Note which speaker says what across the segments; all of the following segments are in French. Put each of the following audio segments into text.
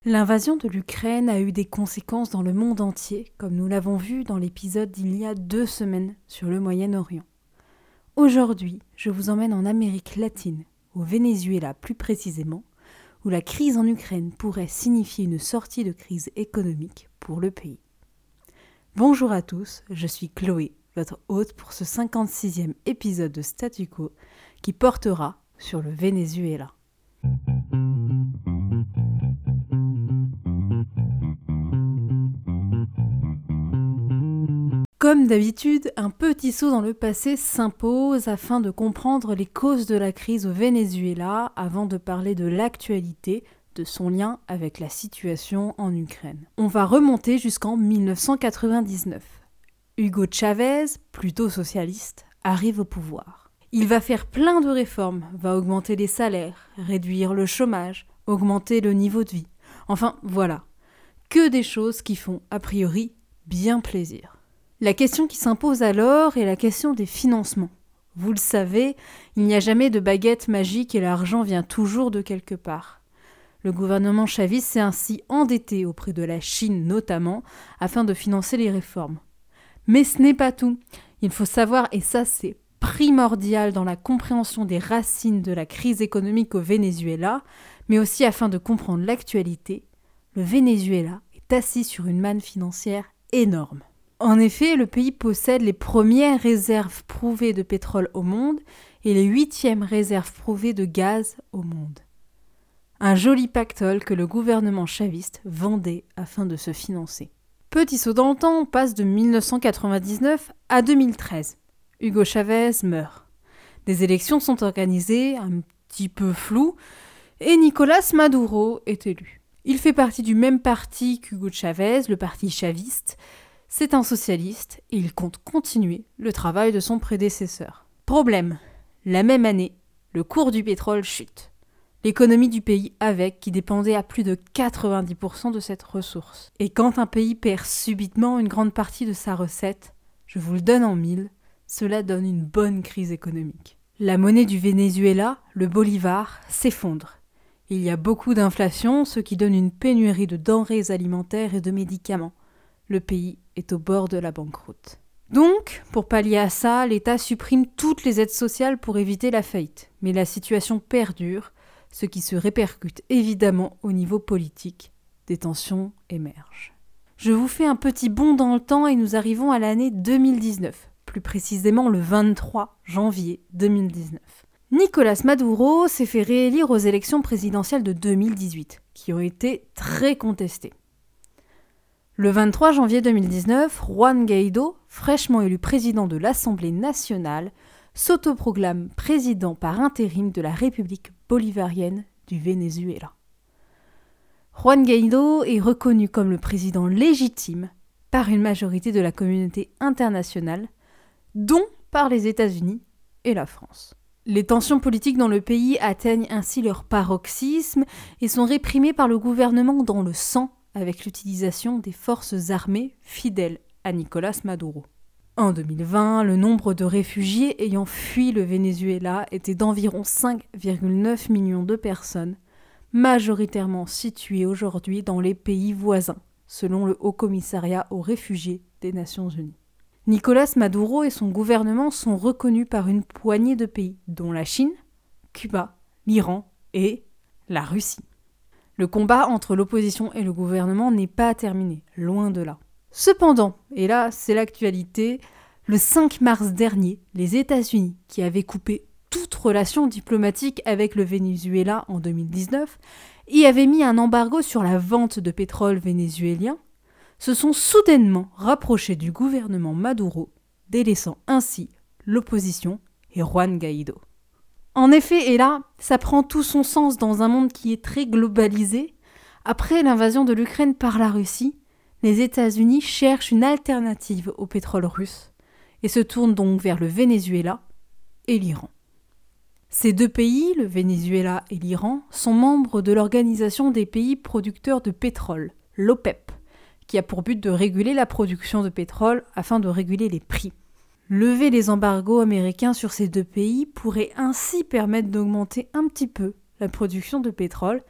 Speaker 1: L'invasion de l'Ukraine a eu des conséquences dans le monde entier, comme nous l'avons vu dans l'épisode d'il y a 2 semaines sur le Moyen-Orient. Aujourd'hui, je vous emmène en Amérique latine, au Venezuela plus précisément, où la crise en Ukraine pourrait signifier une sortie de crise économique pour le pays. Bonjour à tous, je suis Chloé, votre hôte pour ce 56e épisode de Statu Quo qui portera sur le Venezuela. Comme d'habitude, un petit saut dans le passé s'impose afin de comprendre les causes de la crise au Venezuela avant de parler de l'actualité de son lien avec la situation en Ukraine. On va remonter jusqu'en 1999. Hugo Chavez, plutôt socialiste, arrive au pouvoir. Il va faire plein de réformes, va augmenter les salaires, réduire le chômage, augmenter le niveau de vie. Enfin, voilà. Que des choses qui font, a priori, bien plaisir. La question qui s'impose alors est la question des financements. Vous le savez, il n'y a jamais de baguette magique et l'argent vient toujours de quelque part. Le gouvernement chaviste s'est ainsi endetté auprès de la Chine notamment afin de financer les réformes. Mais ce n'est pas tout. Il faut savoir, et ça c'est primordial dans la compréhension des racines de la crise économique au Venezuela, mais aussi afin de comprendre l'actualité, le Venezuela est assis sur une manne financière énorme. En effet, le pays possède les premières réserves prouvées de pétrole au monde et les 8e réserves prouvées de gaz au monde. Un joli pactole que le gouvernement chaviste vendait afin de se financer. Petit saut dans le temps, on passe de 1999 à 2013. Hugo Chavez meurt. Des élections sont organisées, un petit peu floues, et Nicolás Maduro est élu. Il fait partie du même parti qu'Hugo Chavez, le parti chaviste. C'est un socialiste et il compte continuer le travail de son prédécesseur. Problème, la même année, le cours du pétrole chute. L'économie du pays avec, qui dépendait à plus de 90% de cette ressource. Et quand un pays perd subitement une grande partie de sa recette, je vous le donne en mille, cela donne une bonne crise économique. La monnaie du Venezuela, le bolivar, s'effondre. Il y a beaucoup d'inflation, ce qui donne une pénurie de denrées alimentaires et de médicaments. Le pays est au bord de la banqueroute. Donc, pour pallier à ça, l'État supprime toutes les aides sociales pour éviter la faillite. Mais la situation perdure, ce qui se répercute évidemment au niveau politique. Des tensions émergent. Je vous fais un petit bond dans le temps et nous arrivons à l'année 2019, plus précisément le 23 janvier 2019. Nicolás Maduro s'est fait réélire aux élections présidentielles de 2018, qui ont été très contestées. Le 23 janvier 2019, Juan Guaidó, fraîchement élu président de l'Assemblée nationale, s'autoproclame président par intérim de la République bolivarienne du Venezuela. Juan Guaidó est reconnu comme le président légitime par une majorité de la communauté internationale, dont par les États-Unis et la France. Les tensions politiques dans le pays atteignent ainsi leur paroxysme et sont réprimées par le gouvernement dans le sang avec l'utilisation des forces armées fidèles à Nicolás Maduro. En 2020, le nombre de réfugiés ayant fui le Venezuela était d'environ 5,9 millions de personnes, majoritairement situées aujourd'hui dans les pays voisins, selon le Haut Commissariat aux réfugiés des Nations Unies. Nicolás Maduro et son gouvernement sont reconnus par une poignée de pays, dont la Chine, Cuba, l'Iran et la Russie. Le combat entre l'opposition et le gouvernement n'est pas terminé, loin de là. Cependant, et là c'est l'actualité, le 5 mars dernier, les États-Unis, qui avaient coupé toute relation diplomatique avec le Venezuela en 2019 et avaient mis un embargo sur la vente de pétrole vénézuélien, se sont soudainement rapprochés du gouvernement Maduro, délaissant ainsi l'opposition et Juan Guaidó. En effet, et là, ça prend tout son sens dans un monde qui est très globalisé. Après l'invasion de l'Ukraine par la Russie, les États-Unis cherchent une alternative au pétrole russe et se tournent donc vers le Venezuela et l'Iran. Ces deux pays, le Venezuela et l'Iran, sont membres de l'Organisation des pays producteurs de pétrole, l'OPEP, qui a pour but de réguler la production de pétrole afin de réguler les prix. Lever les embargos américains sur ces deux pays pourrait ainsi permettre d'augmenter un petit peu la production de pétrole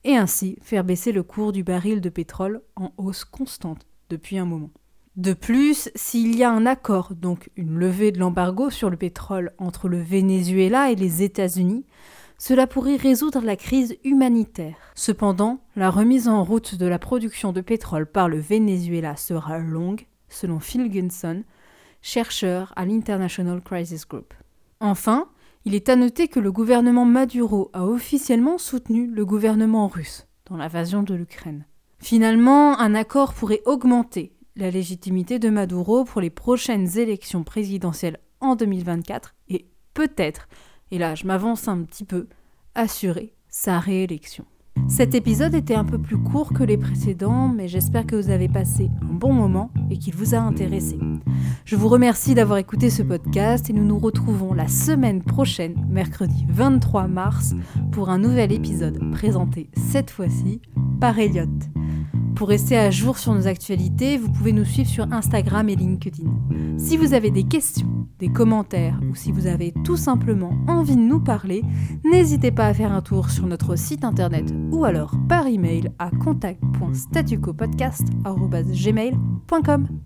Speaker 1: et ainsi faire baisser le cours du baril de pétrole en hausse constante depuis un moment. De plus, s'il y a un accord, donc une levée de l'embargo sur le pétrole entre le Venezuela et les États-Unis, cela pourrait résoudre la crise humanitaire. Cependant, la remise en route de la production de pétrole par le Venezuela sera longue, selon Phil Gunson, chercheur à l'International Crisis Group. Enfin, il est à noter que le gouvernement Maduro a officiellement soutenu le gouvernement russe dans l'invasion de l'Ukraine. Finalement, un accord pourrait augmenter la légitimité de Maduro pour les prochaines élections présidentielles en 2024 et peut-être, et là je m'avance un petit peu, assurer sa réélection. Cet épisode était un peu plus court que les précédents, mais j'espère que vous avez passé un bon moment et qu'il vous a intéressé. Je vous remercie d'avoir écouté ce podcast et nous nous retrouvons la semaine prochaine, mercredi 23 mars, pour un nouvel épisode présenté cette fois-ci par Elliot. Pour rester à jour sur nos actualités, vous pouvez nous suivre sur Instagram et LinkedIn. Si vous avez des questions, des commentaires ou si vous avez tout simplement envie de nous parler, n'hésitez pas à faire un tour sur notre site internet ou alors par email à contact.statucopodcast@gmail.com.